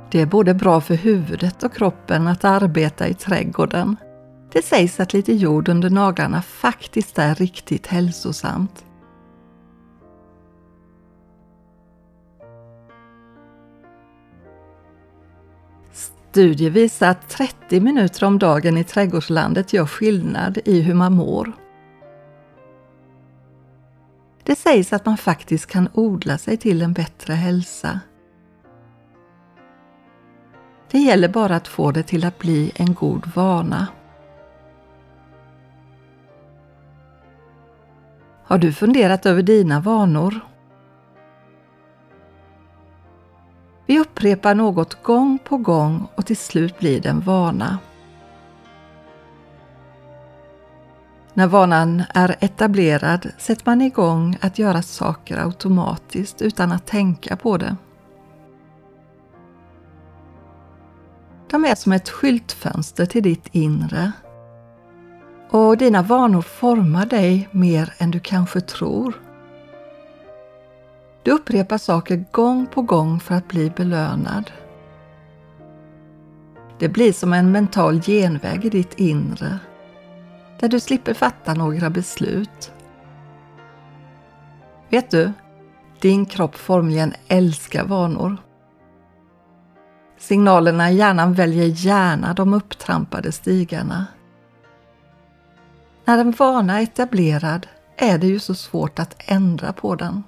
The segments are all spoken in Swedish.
Det är både bra för huvudet och kroppen att arbeta i trädgården. Det sägs att lite jord under naglarna faktiskt är riktigt hälsosamt. Studier visar att 30 minuter om dagen i trädgårdslandet gör skillnad i hur man mår. Det sägs att man faktiskt kan odla sig till en bättre hälsa. Det gäller bara att få det till att bli en god vana. Har du funderat över dina vanor? Vi upprepar något gång på gång och till slut blir det en vana. När vanan är etablerad sätter man igång att göra saker automatiskt utan att tänka på det. De är som ett skyltfönster till ditt inre. Och dina vanor formar dig mer än du kanske tror. Du upprepar saker gång på gång för att bli belönad. Det blir som en mental genväg i ditt inre, där du slipper fatta några beslut. Vet du, din kropp formligen älskar vanor. Signalerna i hjärnan väljer gärna de upptrampade stigarna. När en vana är etablerad är det ju så svårt att ändra på den.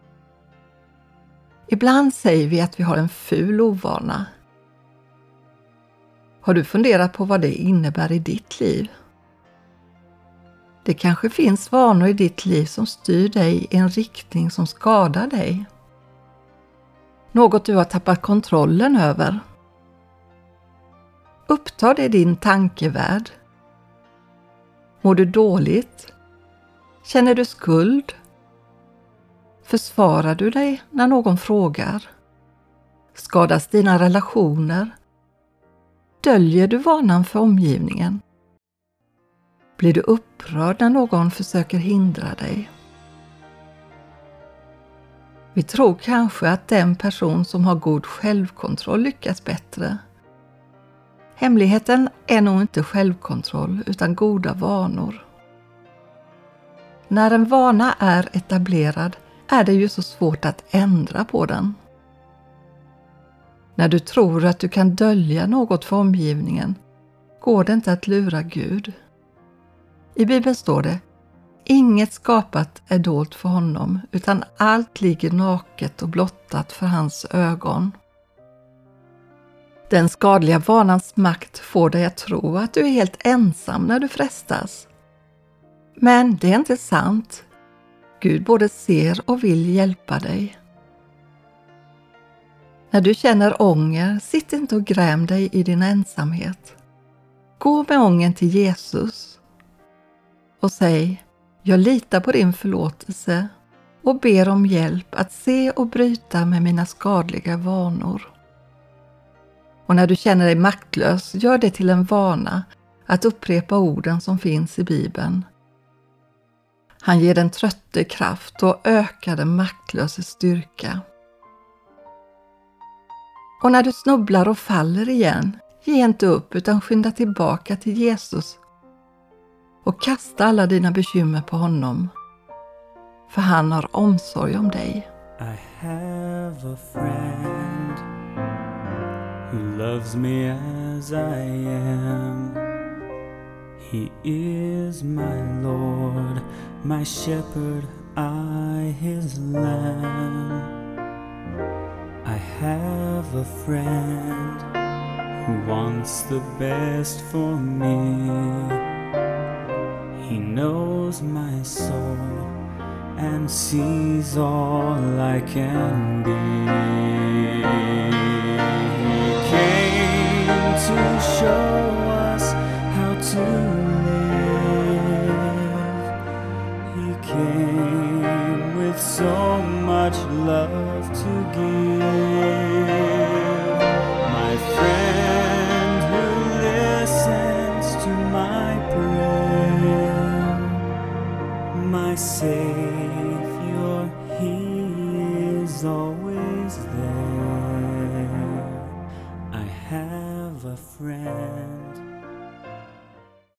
Ibland säger vi att vi har en ful ovana. Har du funderat på vad det innebär i ditt liv? Det kanske finns vanor i ditt liv som styr dig i en riktning som skadar dig. Något du har tappat kontrollen över. Upptar det din tankevärld? Mår du dåligt? Känner du skuld? Försvarar du dig när någon frågar? Skadas dina relationer? Döljer du vanan för omgivningen? Blir du upprörd när någon försöker hindra dig? Vi tror kanske att den person som har god självkontroll lyckas bättre. Hemligheten är nog inte självkontroll utan goda vanor. När en vana är etablerad är det ju så svårt att ändra på den. När du tror att du kan dölja något för omgivningen går det inte att lura Gud. I Bibeln står det: inget skapat är dolt för honom, utan allt ligger naket och blottat för hans ögon. Den skadliga vanans makt får dig att tro att du är helt ensam när du frestas. Men det är inte sant. Gud både ser och vill hjälpa dig. När du känner ånger, sitt inte och gräm dig i din ensamhet. Gå med ången till Jesus och säg: jag litar på din förlåtelse och ber om hjälp att se och bryta med mina skadliga vanor. Och när du känner dig maktlös, gör det till en vana att upprepa orden som finns i Bibeln. Han ger den trötte kraft och ökar den maktlöse styrka. Och när du snubblar och faller igen, ge inte upp utan skynda tillbaka till Jesus och kasta alla dina bekymmer på honom, för han har omsorg om dig. I have a friend who loves me as I am. He is my Lord, my shepherd, I his lamb. I have a friend who wants the best for me. He knows my soul and sees all I can be. He came to show us how to live. He came with so much love to give. My friend who listens to my prayer, my Savior, He is always there. have a friend.